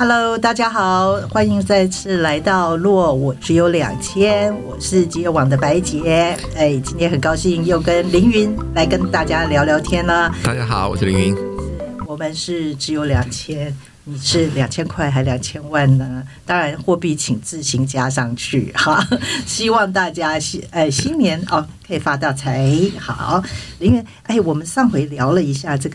Hello， 大家好，欢迎再次来到若我只有2000，我是集友网的白洁。今天很高兴又跟凌云来跟大家聊聊天啦。 大家好，我是凌云。 我们是只有2000，你是2000块还2000万呢？当然货币请自行加上去哈。希望大家新年可以发大财。好，因为我们上回聊了一下这个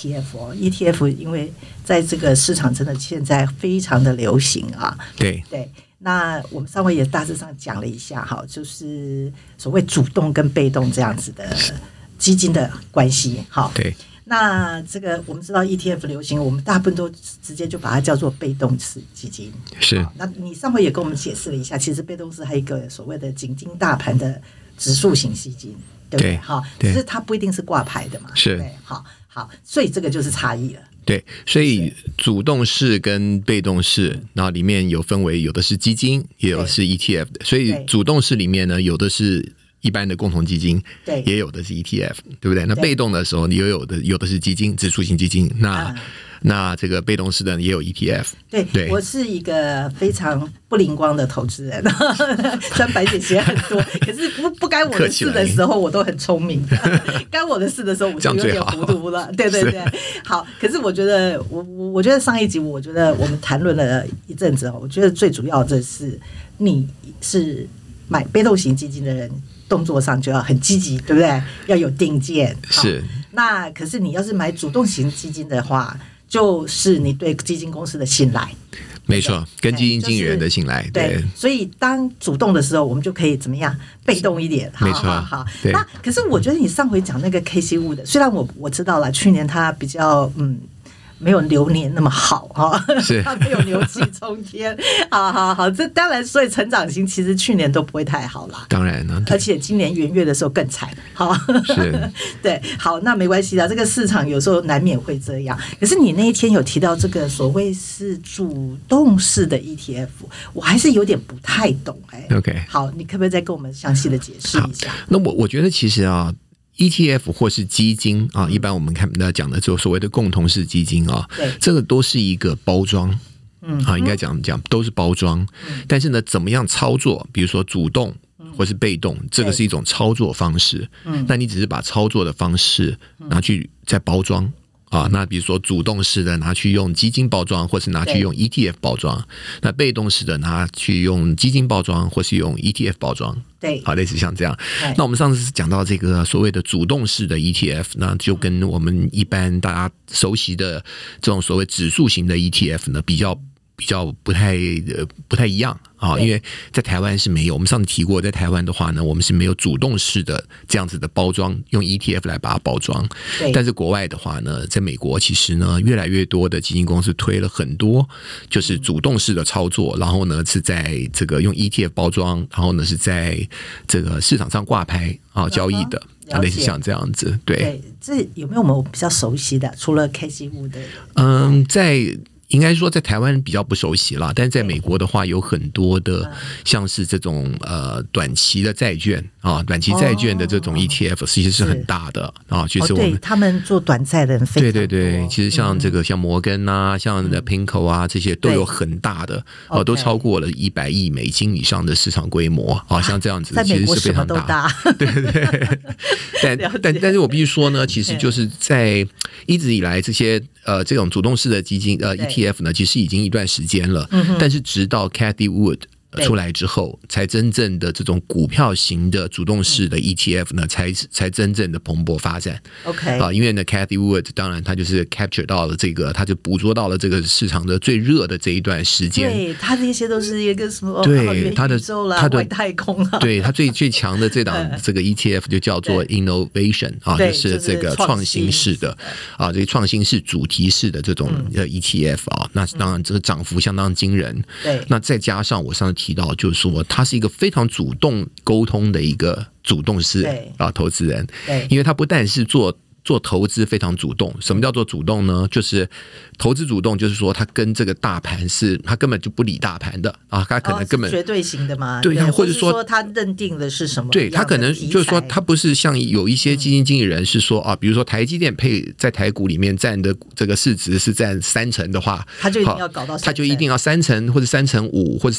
ETF，ETF 因为在这个市场真的现在非常的流行啊。 对。 那我们上回也大致上讲了一下哈，就是所谓主动跟被动这样子的基金的关系。好， 对。 那这个我们知道 ETF 流行，我们大部分都直接就把它叫做被动式基金。 是。 那你上回也跟我们解释了一下，其实被动式还有一个所谓的紧盯大盘的指数型基金，对不对？好，只是它不一定是挂牌的嘛。 是。 对，好，所以这个就是差异了。 对，所以主动式跟被动式，然后里面有分为有的是基金，也有的是 ETF 的。所以主动式里面呢，有的是一般的共同基金， 对， 也有的是 ETF， 对不对？那被动的时候，你有的是基金，指数型基金。那这个被动式的也有 ETF。 对，我是一个非常不灵光的投资人，虽然白姐写很多，可是不该我的事的时候我都很聪明，该我的事的时候我就有点糊涂了。对，好。可是我觉得我觉得上一集我觉得我们谈论了一阵子，我觉得最主要的是你是买被动型基金的人，动作上就要很积极，对不对？要有定见。 是。 那可是你要是买主动型基金的话，就是你对基金公司的信赖。 没错，跟基金经理人的信赖。 对，所以当主动的时候，我们就可以怎么样？被动一点。 没错。 好。那可是我觉得你上回讲那个 KC Wood， 虽然我知道了，去年他比较没有流年那么好哈，他没有牛气冲天。好，这当然，所以成长型其实去年都不会太好啦。 当然了， 而且今年元月的时候更惨。好， 是。 对，好，那没关系的，这个市场有时候难免会这样。可是你那一天有提到这个所谓是主动式的 ETF， 我还是有点不太懂。 OK， 好，你可不可以再跟我们详细的解释一下？ 那我觉得其实ETF 或是基金啊，一般我们看讲的就所谓的共同式基金啊，这个都是一个包装，应该讲都是包装。但是呢，怎么样操作？比如说主动或是被动，这个是一种操作方式。那你只是把操作的方式拿去再包装。那比如说主动式的拿去用基金包装，或是拿去用 ETF 包装；那被动式的拿去用基金包装，或是用 ETF 包装。 对， 好，类似像这样。那我们上次讲到这个所谓的主动式的 ETF， 那就跟我们一般大家熟悉的这种所谓指数型的 ETF 呢，比较不太一样啊，因为在台湾是没有。我们上次提过，在台湾的话呢，我们是没有主动式的这样子的包装，用 ETF 来把它包装。但是国外的话呢，在美国其实呢，越来越多的基金公司推了很多就是主动式的操作，然后呢是在这个用 ETF 包装，然后呢是在这个市场上挂牌交易的。类似像这样子。对， 这有没有我们比较熟悉的？除了 KC Wood 的， 应该说在台湾比较不熟悉啦，但是在美国的话有很多的像是这种短期的债券短期债券的这种 ETF 其实是很大的其实我们他们做短债的人非常多。 对，其实像这个像摩根像PIMCO 这些都有很大的都超过了100亿美金以上的市场规模像这样子其实是非常大。对，但是我必须说呢，其实就是在一直以来这些这种主动式的基金ETF 呢，其实已经一段时间了，但是直到 Cathie Wood出来之后，才真正的这种股票型的主动式的 ETF 呢，才真正的蓬勃发展。 OK 因为呢 Cathie Wood 当然他就是 capture 到了这个，他就捕捉到了这个市场的最热的这一段时间。 对，他这些都是一个什么对他的外太空对他最强的这档这个 ETF 就叫做 Innovation 就是这个创新式的这个创新式主题式的这种ETF 那当然这个涨幅相当惊人。 对， 那再加上我上次提到，就是说他是一个非常主动沟通的一个主动式投资人。因为他不但是做做投资非常主动。什么叫做主动呢？就是投资主动，就是说他跟这个大盘他根本就不理大盘的啊，他可能根本绝对型的嘛， 对，或者说他认定的是什么？ 对，他可能就是说他不是像有一些基金经理人是说啊，比如说台积电在台股里面占的这个市值是占3%的话， 他就一定要搞到3%， 他就一定要3%或者3%5%或者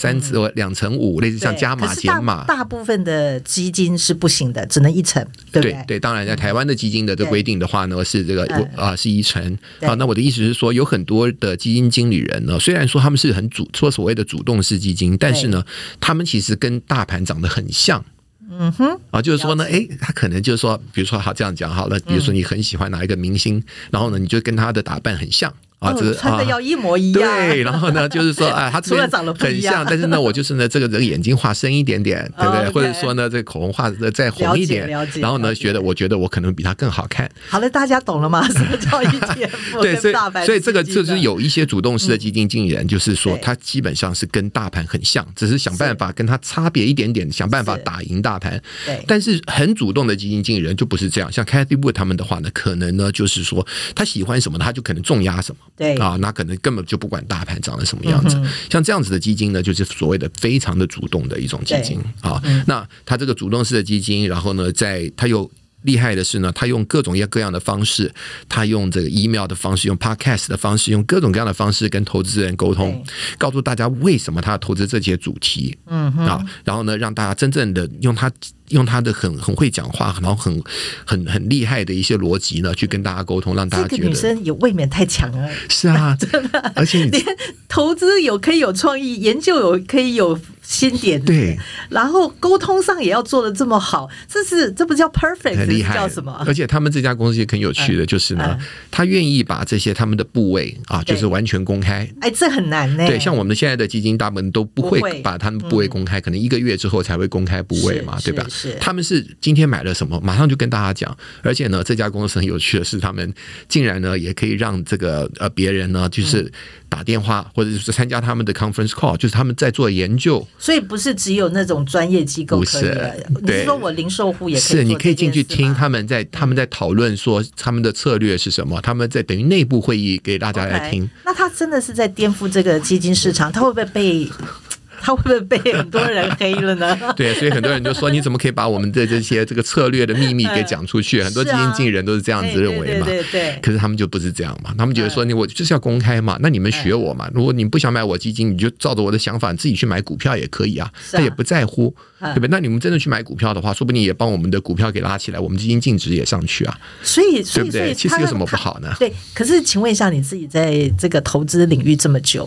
2%5%，类似像加码减码。 大部分的基金是不行的，只能1%，对不对？ 对，当然在台湾的基金的这规定的话呢，是这个是1%啊。那我的意思是说，有很多的基金经理人呢，虽然说他们是说所谓的主动式基金，但是呢，他们其实跟大盘长得很像。就是说呢，他可能就是说，比如说好这样讲好了，比如说你很喜欢哪一个明星，然后呢，你就跟他的打扮很像。 穿的要一模一样。 对，然后呢，就是说，他除了长得不一样， 很像，但是呢，我就是呢，这个眼睛画深一点点，对不对？或者说呢，这个口红画的再红一点，然后呢，我觉得我可能比他更好看。 好了，大家懂了吗？什么叫 ETF？ 对，所以这个就是有一些主动式的基金经理人，就是说他基本上是跟大盘很像，只是想办法跟他差别一点点，想办法打赢大盘。但是很主动的基金经理人就不是这样，像 Cathy Wood 他们的话呢，可能呢就是说他喜欢什么，他就可能重压什么。 对啊， 那可能根本就不管大盘长得什么样子。像这样子的基金呢，就是所谓的非常的主动的一种基金啊。那他这个主动式的基金，然后呢，他又厉害的是呢，他用各种各样的方式，他用这个 email 的方式，用 podcast 的方式，用各种各样的方式跟投资人沟通，告诉大家为什么他要投资这些主题。然后呢，让大家真正的用他的很会讲话，然后很厉害的一些逻辑呢，去跟大家沟通，让大家觉得这个女生也未免太强了。 是啊，真的，而且连投资可以有创意，研究可以有新点， 对， 然后沟通上也要做得这么好，这不叫 perfect， 很厉害， 叫什么？ 而且他们这家公司也很有趣的，就是呢，他愿意把这些他们的部位就是完全公开。 这很难呢。 对，像我们现在的基金，大部分都不会把他们部位公开，可能1个月之后才会公开部位嘛，对吧？他们是今天买了什么，马上就跟大家讲。而且呢，这家公司很有趣的是，他们竟然呢也可以让这个别人呢，就是打电话或者是参加他们的 conference call， 就是他们在做研究。 所以不是只有那种专业机构可以了，你是说我零售户也可以做这件事吗？ 是，你可以进去听他们在讨论说他们的策略是什么，他们在等于内部会议给大家来听。 那他真的是在颠覆这个基金市场，他会不会被很多人黑了呢？ 对，所以很多人就说，你怎么可以把我们的这个策略的秘密给讲出去？很多基金经理人都是这样子认为嘛。 对。 可是他们就不是这样嘛，他们觉得说我就是要公开嘛，那你们学我嘛。如果你不想买我基金，你就照着我的想法自己去买股票也可以啊，他也不在乎，对不对？那你们真的去买股票的话，说不定也帮我们的股票给拉起来，我们基金净值也上去啊。 所以对不对？其实有什么不好呢？ 对，可是请问一下，你自己在这个投资领域这么久，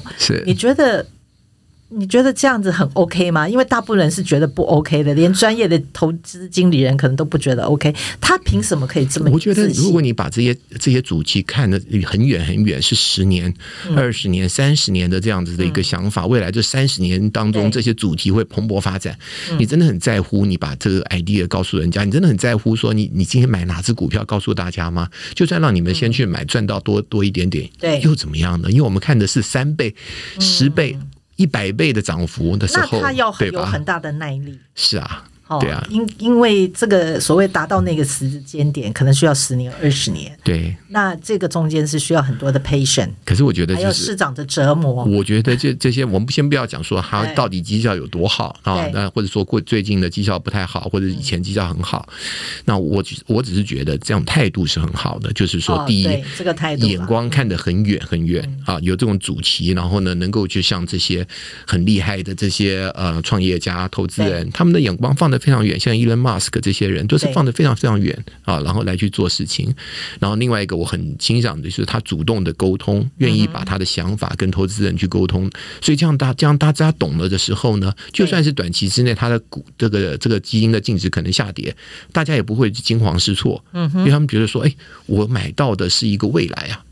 你觉得这样子很 OK 吗？因为大部分人是觉得不 OK 的，连专业的投资经理人可能都不觉得 OK。他凭什么可以这么？ 我觉得如果你把这些主题看得很远很远，是10年、20年、30年的这样子的一个想法，未来这30年当中，这些主题会蓬勃发展。你真的很在乎你把这个 idea 告诉人家，你真的很在乎说你今天买哪只股票告诉大家吗？就算让你们先去买，赚到多一点点，又怎么样呢？因为我们看的是3倍、10倍。100倍的涨幅的时候， 那他要有很大的耐力。 是啊，对啊， 因为这个所谓达到那个时间点，可能需要10年、20年。 对， 那这个中间是需要很多的 patient。 可是我觉得， 还有市长的折磨。 我觉得这些，我们先不要讲说它到底绩效有多好啊，那或者说最近的绩效不太好，或者以前绩效很好。那我只是觉得这种态度是很好的，就是说，第一， 这个态度眼光看得很远很远啊，有这种主题，然后呢，能够去像这些很厉害的这些创业家、投资人，他们的眼光放得非常远，像 Elon Musk 这些人都是放得非常非常远啊，然后来去做事情。然后另外一个我很欣赏的就是他主动的沟通，愿意把他的想法跟投资人去沟通。所以这样大家懂了的时候呢，就算是短期之内他的这个基金的净值可能下跌，大家也不会惊慌失措，因为他们觉得说，我买到的是一个未来啊。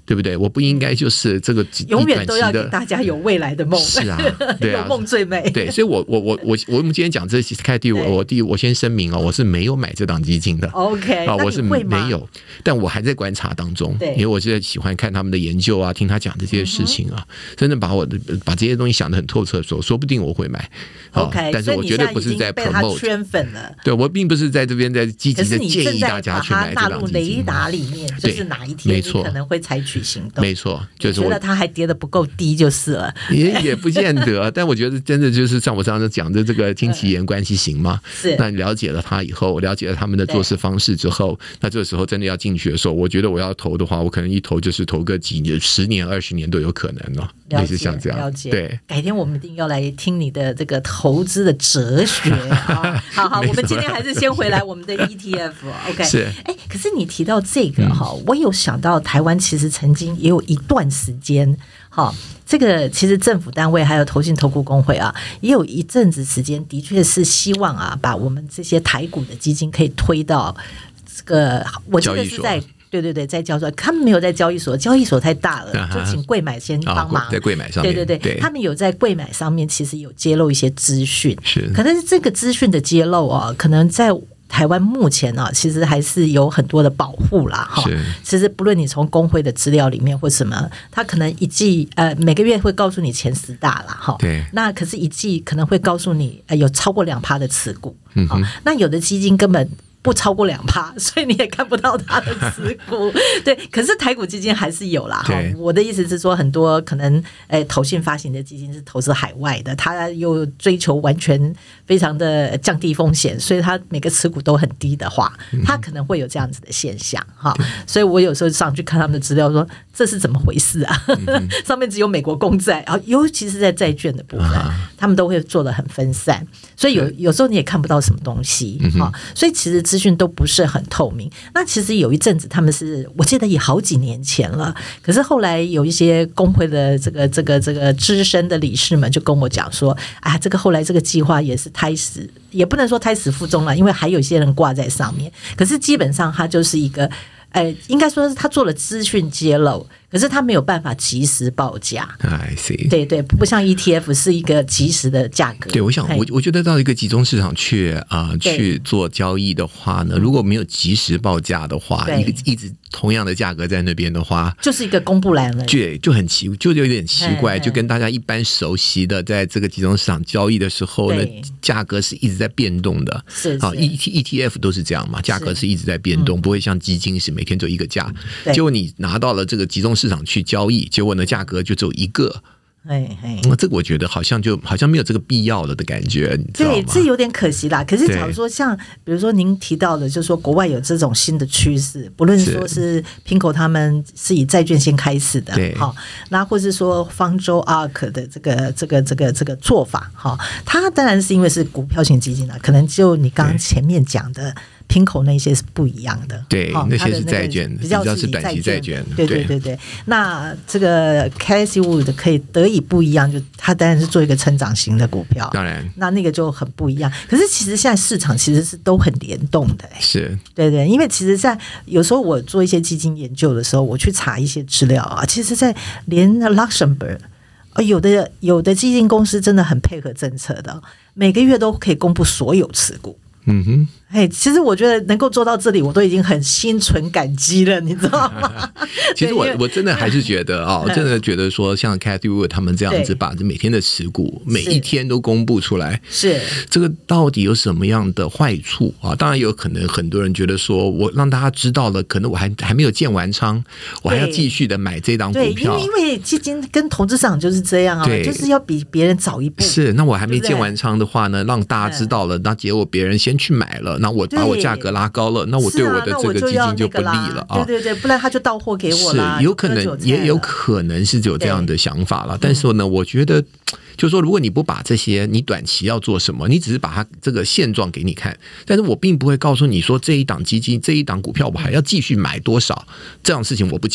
对不对？我不应该就是这个永远都要给大家有未来的梦。 是啊，对啊， 有梦最美。 对，所以我们今天讲这开第我先声明我是没有买这档基金的。 OK， 我是没有，但我还在观察当中，因为我现在喜欢看他们的研究啊，听他讲这些事情啊，真的把这些东西想得很透彻的时候，说不定我会买。 OK， 但是我绝对不是在 promote 圈粉了。 对，我并不是在这边在积极的建议大家去买这档基金。可是你正在把它纳入雷达里面，就是哪一天你可能会采取行动。 没错，就是我觉得它还跌得不够低就是了。 也不见得，但我觉得真的就是像我上次讲的这个听其言观其行嘛。 是， 那你了解了他以后，了解了他们的做事方式之后，那这个时候真的要进去的时候，我觉得我要投的话，我可能一投就是投个几年、10年、20年都有可能哦。类似像这样。 了解。 对， 改天我们一定要来听你的这个投资的哲学啊！好，我们今天还是先回来我们的 ETF。OK， 是。 可是你提到这个我有想到台湾其实曾经也有一段时间，这个其实政府单位还有投信投顾公会啊，也有一阵子时间，的确是希望把我们这些台股的基金可以推到这个，我记得是在。对，在交易所，他们没有在交易所，交易所太大了，就请柜买先帮忙。 在柜买上面， 对，他们有在柜买上面其实有揭露一些资讯， 是， 可能这个资讯的揭露可能在台湾目前其实还是有很多的保护啦。其实不论你从公会的资料里面或什么，他可能一季每个月会告诉你前10大啦。 对， 那可是一季可能会告诉你有超过2%的持股。那有的基金根本不超过2%，所以你也看不到它的持股。对，可是台股基金还是有啦。我的意思是说，很多可能投信发行的基金是投资海外的，它又追求完全非常的降低风险，所以它每个持股都很低的话，它可能会有这样子的现象所以我有时候上去看他们的资料说，这是怎么回事啊？上面只有美国公债，尤其是在债券的部分，他们都会做得很分散，所以有时候你也看不到什么东西。所以其实资讯都不是很透明。那其实有一阵子他们是我记得也好几年前了，可是后来有一些工会的这个资深的理事们就跟我讲说，这个后来这个计划也是胎死，也不能说胎死腹中了，因为还有一些人挂在上面，可是基本上它就是一个应该说是他做了资讯揭露，可是他没有办法及时报价。 I see。 对，不像 ETF 是一个及时的价格。 对，我觉得到一个集中市场去做交易的话呢，如果没有及时报价的话，一直同样的价格在那边的话，就是一个公布栏了。 对，就有点奇怪，就跟大家一般熟悉的在这个集中市场交易的时候呢，价格是一直在变动的。 是 ETF 都是这样嘛，价格是一直在变动，不会像基金是每天就一个价。结果你拿到了这个集中市场去交易，结果呢价格就只有一个。这个我觉得好像没有这个必要了的感觉，你知道吗？ 对，这有点可惜啦。可是假如说像比如说您提到的，就是说国外有这种新的趋势，不论说是 PIMCO 他们是以债券先开始的，那或是说方舟 ARK 的这个做法，它当然是因为是股票型基金啦，可能就你刚刚前面讲的。PIMCO 那些是不一样的， 对，那些是债券，比较是短期债券。 对。那这个 Cathie Wood 可以得以不一样，就它当然是做一个成长型的股票， 当然， 那个就很不一样。可是其实现在市场其实是都很联动的， 是对，因为其实在有时候我做一些基金研究的时候，我去查一些资料啊，其实在连 Luxembourg。有的基金公司真的很配合政策的，每个月都可以公布所有持股。其实我觉得能够做到这里，我都已经很心存感激了，你知道吗？ 其实我真的还是觉得真的觉得说，像 Cathie Wood 他们这样子，把每天的持股每一天都公布出来， 是这个到底有什么样的坏处啊？当然有可能很多人觉得说，我让大家知道了，可能我还没有建完仓，我还要继续的买这档股票。 因为基金跟投资市场就是这样就是要比别人早一步。 是，那我还没建完仓的话呢，让大家知道了，那结果别人先去买了。那我把我价格拉高了，那我对我的这个基金就不利了啊！ 对，不然他就到货给我了。 是有可能，也有可能是有这样的想法了。但是呢，我觉得就是说，如果你不把这些你短期要做什么，你只是把它这个现状给你看，但是我并不会告诉你说这一档基金、这一档股票我还要继续买多少，这样的事情我不讲。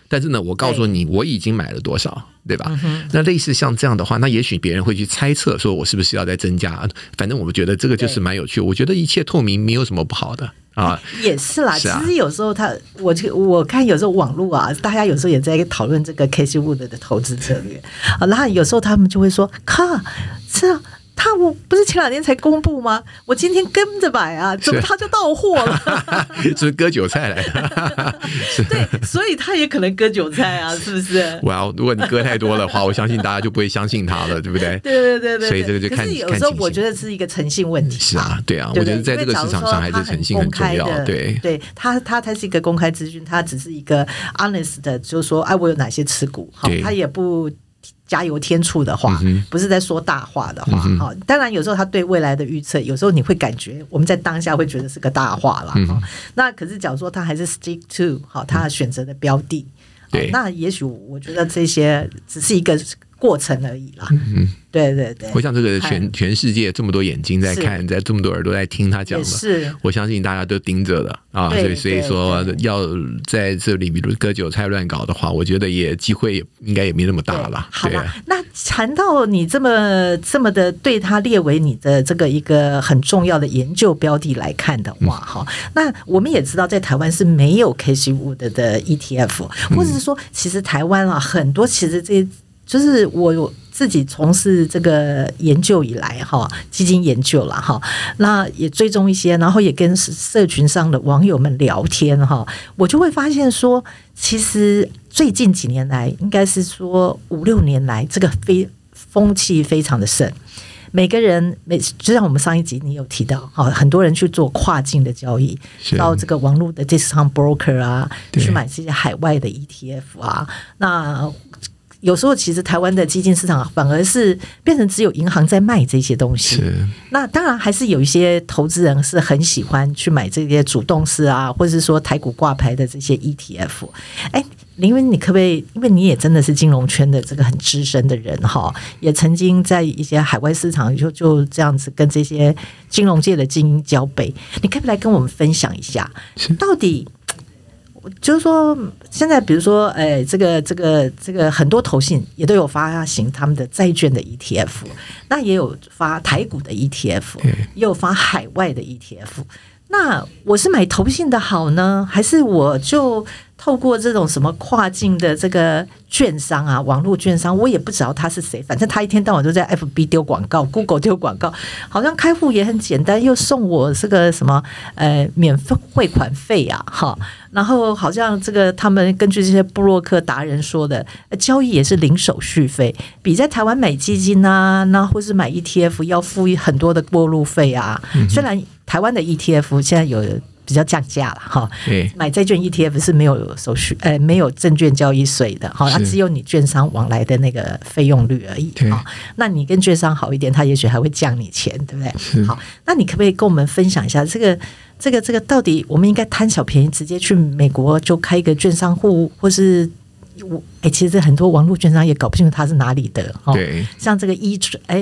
但是呢，我告诉你我已经买了多少，对吧？那类似像这样的话，那也许别人会去猜测说我是不是要再增加，反正我们觉得这个就是蛮有趣，我觉得一切透明没有什么不好的。 也是啦，其实有时候我看有时候网络啊，大家有时候也在讨论这个 Cathie Wood 的投资策略然后有时候他们就会说，是啊。我不是前2天才公布吗？我今天跟着买啊，怎么他就到货了？ 是割韭菜来的。 对，所以他也可能割韭菜啊，是不是？ 如果你割太多的话，我相信大家就不会相信他了，对不对？ 对。 所以这个就看。 可是有时候我觉得是一个诚信问题。 是啊，对啊，我觉得在这个市场上还是诚信很重要。对， 他是一个公开资讯，他只是一个 honest 的，就是说，我有哪些持股，他也不加油添醋的话，不是在说大话的话。当然有时候他对未来的预测，有时候你会感觉我们在当下会觉得是个大话啦。那可是假如说他还是 stick to 他选择的标的，那也许我觉得这些只是一个过程而已啦。对。 我想这个全世界这么多眼睛在看，在这么多耳朵在听他讲的，我相信大家都盯着的啊。所以说要在这里比如割韭菜乱搞的话，我觉得机会应该也没那么大了。 好了，那谈到你这么的对他列为你的这个一个很重要的研究标的来看的话，那我们也知道在台湾是没有 Cathie Wood 的 ETF，或者是说其实台湾很多其实这些就是我自己从事这个研究以来基金研究了那也追踪一些，然后也跟社群上的网友们聊天我就会发现说，其实最近几年来，应该是说5-6年来，这个风气非常的盛。每个人就像我们上一集你有提到很多人去做跨境的交易，到这个网络的这场 broker 啊，去买这些海外的 ETF 啊，那有时候其实台湾的基金市场反而是变成只有银行在卖这些东西。那当然还是有一些投资人是很喜欢去买这些主动式啊，或者是说台股挂牌的这些 ETF。凌云，你可不可以，因为你也真的是金融圈的这个很资深的人也曾经在一些海外市场就这样子跟这些金融界的精英交杯，你可不可以来跟我们分享一下，到底就是说，现在比如说，这个很多投信也都有发行他们的债券的 ETF， 那也有发台股的 ETF， 也有发海外的 ETF。那我是买投信的好呢，还是我就透过这种什么跨境的这个券商啊，网络券商，我也不知道他是谁，反正他一天到晚都在 FB 丢广告 ，Google 丢广告，好像开户也很简单，又送我这个什么免费汇款费啊，然后好像这个他们根据这些部落客达人说的，交易也是零手续费，比在台湾买基金啊，那或是买 ETF 要付很多的过路费啊。虽然台湾的 ETF 现在有比较降价了买债券 ETF 是没有手续没有证券交易税的它只有你券商往来的那个费用率而已那你跟券商好一点，他也许还会降你钱，对不对？好，那你可不可以跟我们分享一下这个到底我们应该贪小便宜直接去美国就开一个券商户，或是其实很多网络券商也搞不清楚它是哪里的对， 像这个之前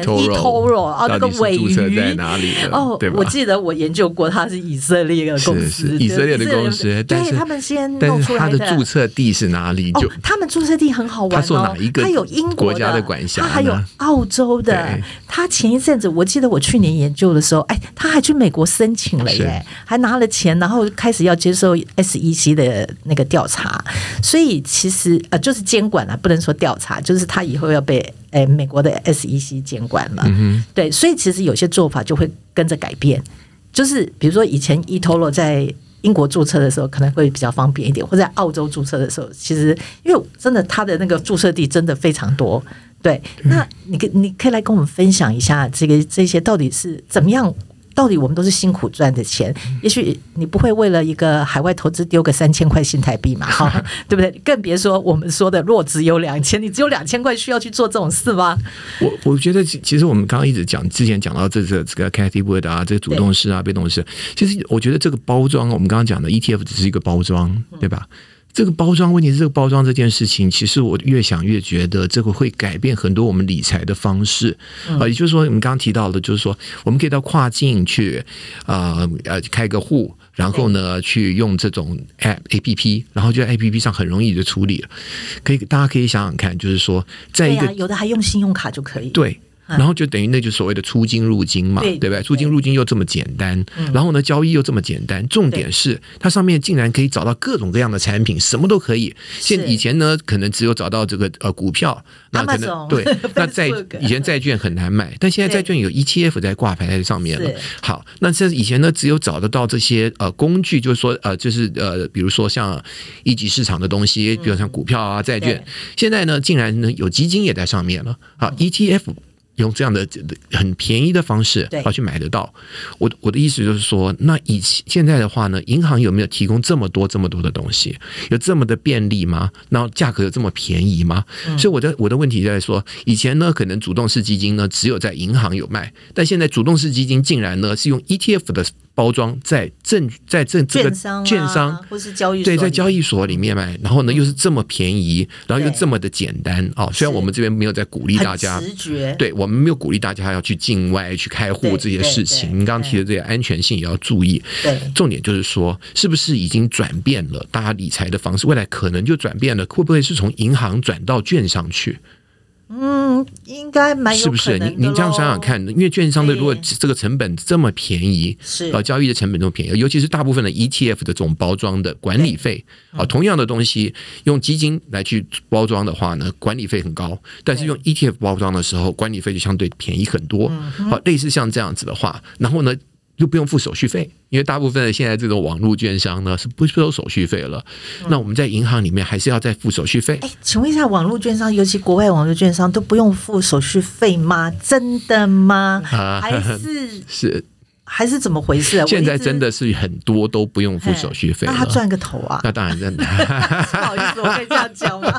eToro 那个尾鱼在哪里的我记得我研究过，它是以色列的公司， 是以色列的公司， 对，他们先弄出来的。 它的注册地是哪里？ 他们注册地很好玩他受哪一个？ 他有英国国家的管辖， 他还有澳洲的。他前一阵子，我记得我去年研究的时候，他还去美国申请了耶，还拿了钱，然后开始要接受 SEC 的那个调查。所以其实就是监管不能说调查，就是他以后要被美国的 SEC 监管了。对，所以其实有些做法就会跟着改变，就是比如说以前 eToro 在英国注册的时候可能会比较方便一点，或者在澳洲注册的时候，其实因为真的他的那个注册地真的非常多。对，那你可以来跟我们分享一下这些到底是怎么样？到底我们都是辛苦赚的钱，也许你不会为了一个海外投资丢个3000块新台币嘛，对不对？更别说我们说的若只有2000，你只有2000块需要去做这种事吗？ 我觉得其实我们刚刚一直讲，之前讲到这个 Cathie Wood 啊，这个主动式啊、被动式，其实我觉得这个包装，我们刚刚讲的 ETF 只是一个包装，对吧？这个包装问题是，这个包装这件事情，其实我越想越觉得这个会改变很多我们理财的方式。也就是说，我们刚刚提到的，就是说，我们可以到跨境去开个户， 然后呢去用这种 APP， 然后就在 APP 上很容易就处理了。大家可以想想看，就是说在一个有的还用信用卡就可以。 对。然后就等于那就所谓的出金入金嘛，对不对？出金入金又这么简单，然后呢交易又这么简单，重点是它上面竟然可以找到各种各样的产品，什么都可以。以前呢可能只有找到这个股票，那可能对，那以前债券很难买，但现在债券有 ETF 在挂牌在上面了。好，那这以前呢只有找得到这些工具，就是说比如说像一级市场的东西，比如像股票啊债券，现在呢竟然呢有基金也在上面了。好 ETF。用这样的很便宜的方式去买得到。我的意思就是说，那现在的话呢，银行有没有提供这么多的东西，有这么的便利吗？然后价格有这么便宜吗？所以我的问题在说，以前呢可能主动式基金呢只有在银行有卖，但现在主动式基金竟然呢是用 ETF 的包装在这个券商或是交易所， 对，在交易所里面卖，然后呢又是这么便宜，然后又这么的简单哦。虽然我们这边没有在鼓励大家， 直觉， 对我们没有鼓励大家要去境外去开户这些事情。您刚刚提的这些安全性也要注意。 对， 重点就是说，是不是已经转变了大家理财的方式？未来可能就转变了，会不会是从银行转到券商去？ 应该蛮有可能的。是不是？ 您这样想想看，因为券商的如果这个成本这么便宜，交易的成本这么便宜，尤其是大部分的 ETF 的这种包装的管理费同样的东西用基金来去包装的话呢，管理费很高，但是用 ETF 包装的时候，管理费就相对便宜很多。类似像这样子的话，然后呢又不用付手续费，因为大部分的现在这种网络券商呢是不收手续费了。那我们在银行里面还是要再付手续费。 请问一下，网络券商，尤其国外网络券商都不用付手续费吗？真的吗？还是怎么回事？ 现在真的是很多都不用付手续费了。 那他赚个头啊？ 那当然真的。 不好意思，我可以这样讲吗？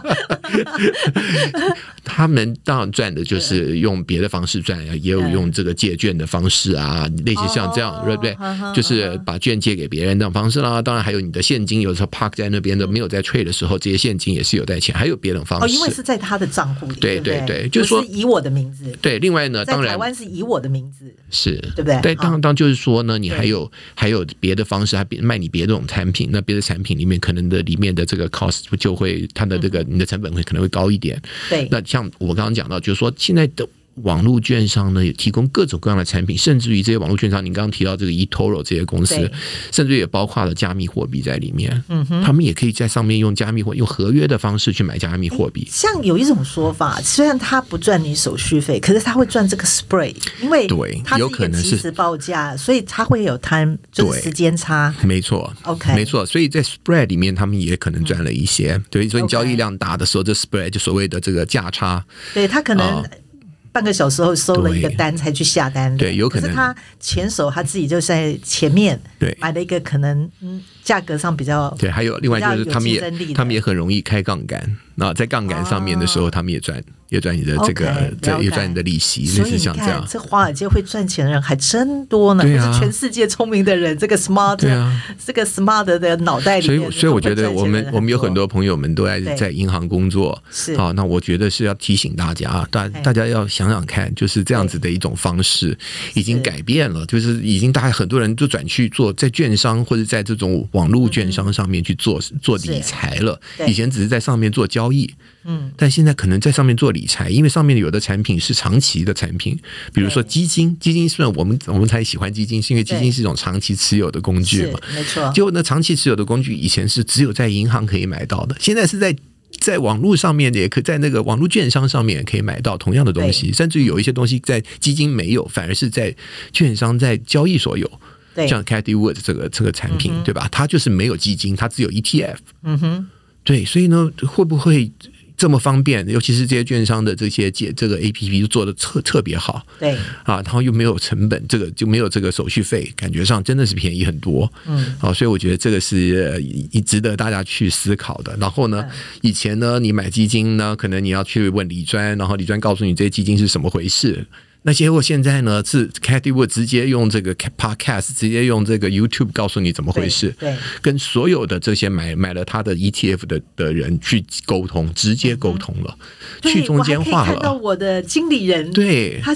他们当然赚的就是用别的方式赚，也有用这个借券的方式啊，类似像这样，对不对？就是把券借给别人这种方式啦。当然还有你的现金，有时候 park 在那边的，没有在 trade 的时候，这些现金也是有带钱，还有别的方式。 因为是在他的账户里， 对对对，就是说以我的名字。 对，另外呢，当然在台湾是以我的名字， 是对不对？ 对，当就是说呢，你还有别的方式，还卖你别的种产品，那别的产品里面可能的里面的这个 cost 就会它的这个你的成本可能会高一点。 对， 那像我刚刚讲到，就是说现在的网络券商呢，也提供各种各样的产品，甚至于这些网络券商，你刚刚提到这个 eToro 这些公司，甚至也包括了加密货币在里面。他们也可以在上面用用合约的方式去买加密货币。 像有一种说法，虽然他不赚你手续费，可是他会赚这个 spread， 因为它是一个即时报价，所以它会有 time 就是时间差。 没错 ，OK， 没错。所以在 spread 里面，他们也可能赚了一些。对，所以你交易量大的时候，这 spread 就所谓的这个价差， 对他可能。半个小时后收了一个单才去下单的， 对，有可能。 可是他前手他自己就在前面买了一个可能价格上比较对，还有另外就是他们也很容易开杠杆，那在杠杆上面的时候，他们也赚你的这个也赚你的利息，类似像这样。 这华尔街会赚钱的人还真多呢，不是全世界聪明的人，这个 smart 的脑袋里面。 所以我觉得我们有很多朋友们都在银行工作，好，那我觉得是要提醒大家，大家要想想看，就是这样子的一种方式已经改变了，就是已经大概很多人都转去做在券商或者在这种网络券商上面去做理财了。以前只是在上面做交易，但现在可能在上面做理财，因为上面有的产品是长期的产品，比如说基金虽然我们才喜欢基金，是因为基金是一种长期持有的工具嘛， 没错。 结果呢，长期持有的工具以前是只有在银行可以买到的，现在是在网络上面也可以在那个网络券商上面也可以买到同样的东西，甚至于有一些东西在基金没有，反而是在券商在交易所有。像 Cathie Wood 这个产品，对吧？它就是没有基金，它只有 ETF。对，所以呢，会不会这么方便？尤其是这些券商的这个 APP 做的特别好， 对啊，然后又没有成本，这个就没有这个手续费，感觉上真的是便宜很多。所以我觉得这个是值得大家去思考的。然后呢，以前呢，你买基金呢，可能你要去问理专，然后理专告诉你这些基金是什么回事。那结果现在呢，是 Cathie Wood 直接用这个 podcast， 直接用这个 YouTube 告诉你怎么回事， 对， 跟所有的这些买了他的 ETF 的人去沟通，直接沟通了，去中间化了。 我还可以看到我的经理人， 对， 他就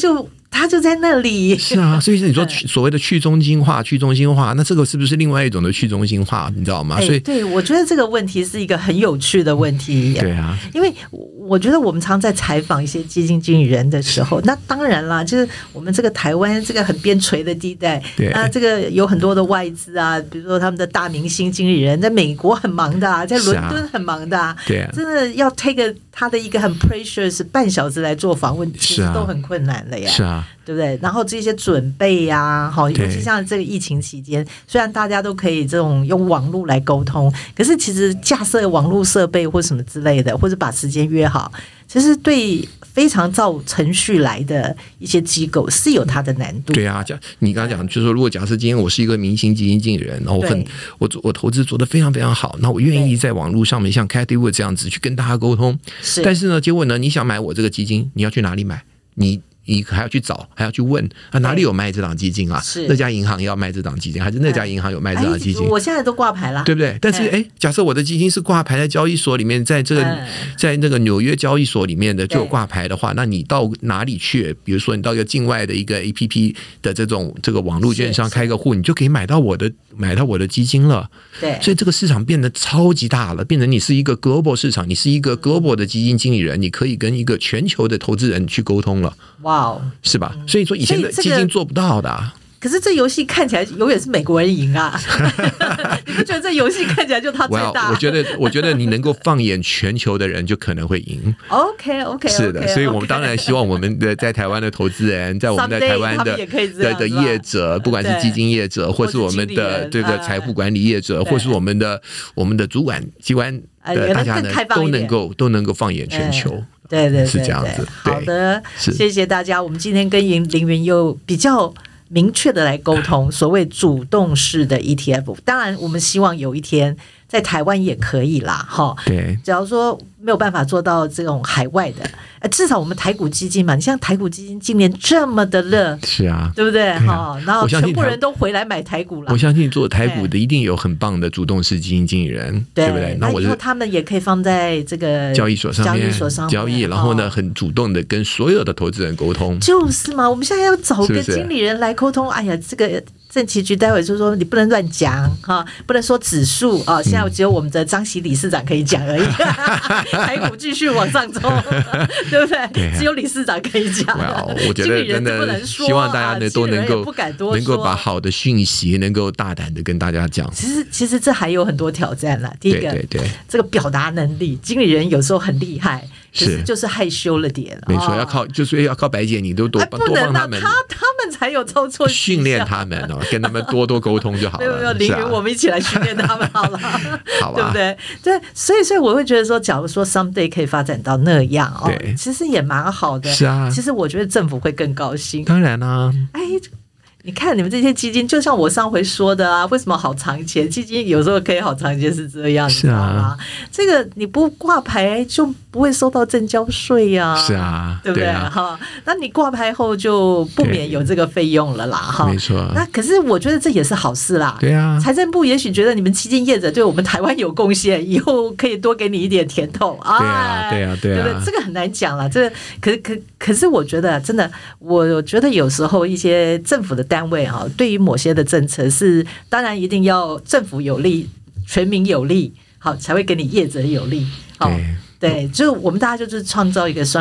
它就在那里。 是啊，所以你说所谓的去中心化，那这个是不是另外一种的去中心化？你知道吗？所以对，我觉得这个问题是一个很有趣的问题。 对啊， 因为我觉得我们常在采访一些基金经理人的时候，那当然啦，就是我们这个台湾这个很边陲的地带，那这个有很多的外资啊，比如说他们的大明星经理人，在美国很忙的啊，在伦敦很忙的啊， 对啊， 真的要 take 他的一个很 precious 半小时来做访问，其实都很困难了呀。 是啊， 对不对？然后这些准备呀，尤其像这个疫情期间，虽然大家都可以这种用网络来沟通，可是其实架设网络设备或什么之类的，或者把时间约好，其实对非常照程序来的一些机构是有它的难度。 对啊，你刚刚讲就是说，如果假设今天我是一个明星基金经理人，然后我投资做得非常非常好，那我愿意在网络上面像 Cathie Wood 这样子去跟大家沟通，但是呢，结果呢，你想买我这个基金，你要去哪里买？你还要去找，还要去问啊，哪里有卖这档基金啊？那家银行要卖这档基金，还是那家银行有卖这档基金？ 我现在都挂牌了， 对不对？但是假设我的基金是挂牌在交易所里面，在那个纽约交易所里面的就有挂牌的话，那你到哪里去？比如说你到一个境外的一个 APP 的这个网络券商开个户，你就可以买到我的基金了。 对， 所以这个市场变得超级大了，变成你是一个 global 市场，你是一个 global 的基金经理人，你可以跟一个全球的投资人去沟通了。 哇哦， 是吧？所以说以前的基金做不到的啊。 可是这游戏看起来永远是美国人赢啊！你不觉得这游戏看起来就他最大？ 我觉得你能够放眼全球的人，就可能会赢。 OK， 是的，所以我们当然希望我们的在台湾的投资人，在我们在台湾的业者，不管是基金业者，或是我们的这个财富管理业者，或是我们的主管机关的大家呢，都能够放眼全球。 对， 是这样子。 好的，谢谢大家。我们今天跟凌云又比较明确的来沟通所谓主动式的 ETF， 当然我们希望有一天在台湾也可以啦， 对， 假如说没有办法做到这种海外的，至少我们台股基金嘛，你像台股基金今年这么的热， 是啊， 对不对？然后全部人都回来买台股了。 我相信做台股的一定有很棒的主动式基金经理人，对不对？ 那以后他们也可以放在这个交易所上面交易，然后呢，很主动的跟所有的投资人沟通。 就是嘛，我们现在要找个经理人来沟通。哎呀，这个政企局待会就说你不能乱讲哈，不能说指数啊，现在只有我们的张喜理事长可以讲而已。台股继续往上冲，对不对？只有理事长可以讲。 我觉得真的希望大家呢都能够把好的讯息能够大胆的跟大家讲。 其实这还有很多挑战啦。第一个，对这个表达能力，经理人有时候很厉害，可是就是害羞了点。 没错，要靠白姐，你都多帮他们， 他们才有操作训练他们哦，跟他们多沟通就好了。 没有，凌云，我们一起来训练他们好了， 好吧？ 对不对？对，所以我会觉得说，假如说 someday 可以发展到那样哦，其实也蛮好的。 是啊， 其实我觉得政府会更高兴。 当然啦， 你看你们这些基金，就像我上回说的啊，为什么好长钱？基金有时候可以好长钱是这样，你知道吗？这个你不挂牌就不会收到证交税呀， 是啊， 对不对？哈，那你挂牌后就不免有这个费用了啦，哈， 没错。 那可是我觉得这也是好事啦， 对啊。 财政部也许觉得你们基金业者对我们台湾有贡献，以后可以多给你一点甜头啊， 对啊， 对不对？这个很难讲啦，这可是我觉得真的，我觉得有时候一些政府的单位啊，对于某些的政策是当然一定要政府有利、全民有利，好才会给你业者有利。好，对，就我们大家就是创造一个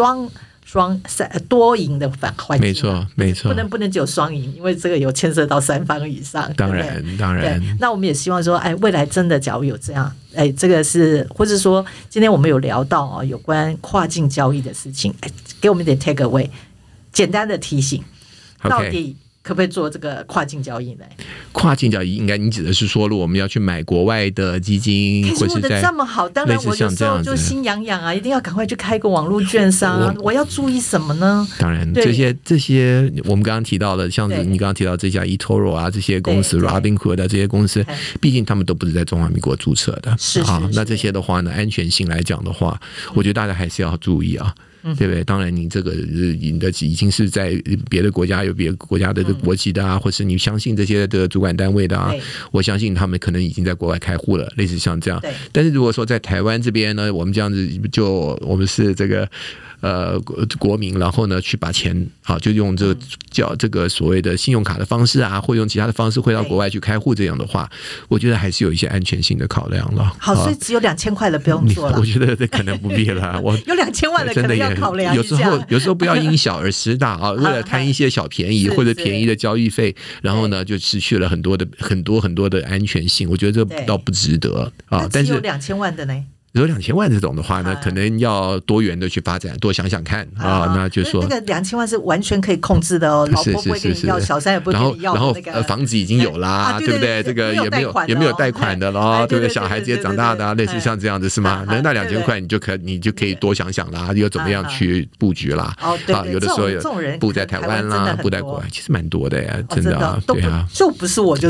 多赢的环境。 没错， 不能只有双赢，因为这个有牵涉到三方以上。 当然。 那我们也希望说，未来真的假如有这样，这个是，或者说今天我们有聊到有关跨境交易的事情，给我们一点 take away， 简单的提醒，到底可不可以做这个跨境交易呢？ 跨境交易应该你指的是说，如果我们要去买国外的基金，或是在这么好，当然我有时候就心痒痒啊，一定要赶快去开个网络券商。我要注意什么呢？ 当然，这些我们刚刚提到的，像是你刚刚提到这家 eToro 啊，这些公司 Robinhood 的这些公司，毕竟他们都不是在中华民国注册的， 是那这些的话呢，安全性来讲的话，我觉得大家还是要注意啊。对不对？当然，你这个你的已经是在别的国家有别的国家的国籍的啊，或是你相信这些的主管单位的啊，我相信他们可能已经在国外开户了，类似像这样。但是如果说在台湾这边呢，我们这样子我们是这个国民，然后呢去把钱就用这个所谓的信用卡的方式啊，或用其他的方式汇到国外去开户，这样的话，我觉得还是有一些安全性的考量了。 好，所以只有2000块的不用做了。 我觉得这可能不必了。我有2000万的可能要考量一下。 有时候不要因小而失大啊，为了贪一些小便宜或者便宜的交易费，然后呢就失去了很多的安全性。我觉得这倒不值得啊。但是有2000万的呢？ 有2000万这种的话呢，可能要多元的去发展，多想想看啊。那就说那个2000万是完全可以控制的哦，老婆不会跟你要，小三也不会跟你要。 然后房子已经有啦，对不对？这个也没有贷款的咯，对不对？小孩子也长大的，类似像这样子是吗？那2000块你就可以多想想啦，又怎么样去布局啦？有的时候布在台湾啦，布在国外，其实蛮多的呀，真的啊，对啊， 就不是我就是。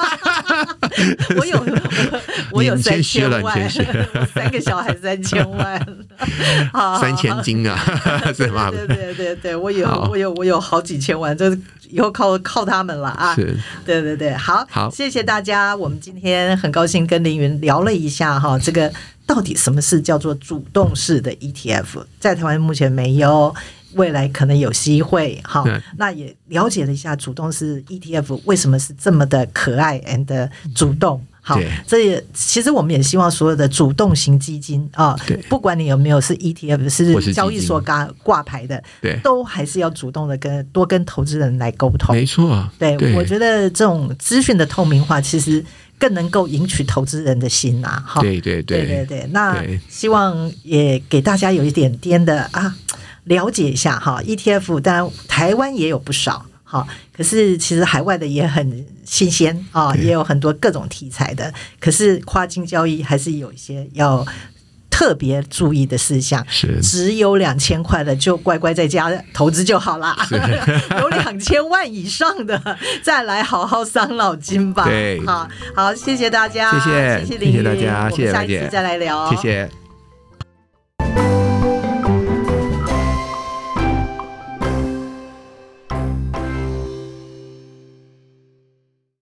我有3000万，3个小孩3000万 ，3000斤啊，是吗？ 对，我有好几千万，就是以后靠他们了啊！对，好，谢谢大家。我们今天很高兴跟凌云聊了一下哈，这个到底什么是叫做主动式的 ETF， 在台湾目前没有。未来可能有机会哈，那也了解了一下主动式 ETF 为什么是这么的可爱 and 主动。好，这也其实我们也希望所有的主动型基金啊，不管你有没有是 ETF 是交易所挂牌的，都还是要主动的多跟投资人来沟通。 没错， 对，我觉得这种资讯的透明化其实更能够赢取投资人的心啊。对，那希望也给大家有一点点的了解一下哈 ，ETF 当然台湾也有不少哈，可是其实海外的也很新鲜啊，也有很多各种题材的，可是跨境交易还是有一些要特别注意的事项。只有2000块的就乖乖在家投资就好啦，有2000万以上的再来好好伤脑筋吧。好，谢谢大家， 谢谢凌云， 我们下一次再来聊， 谢谢。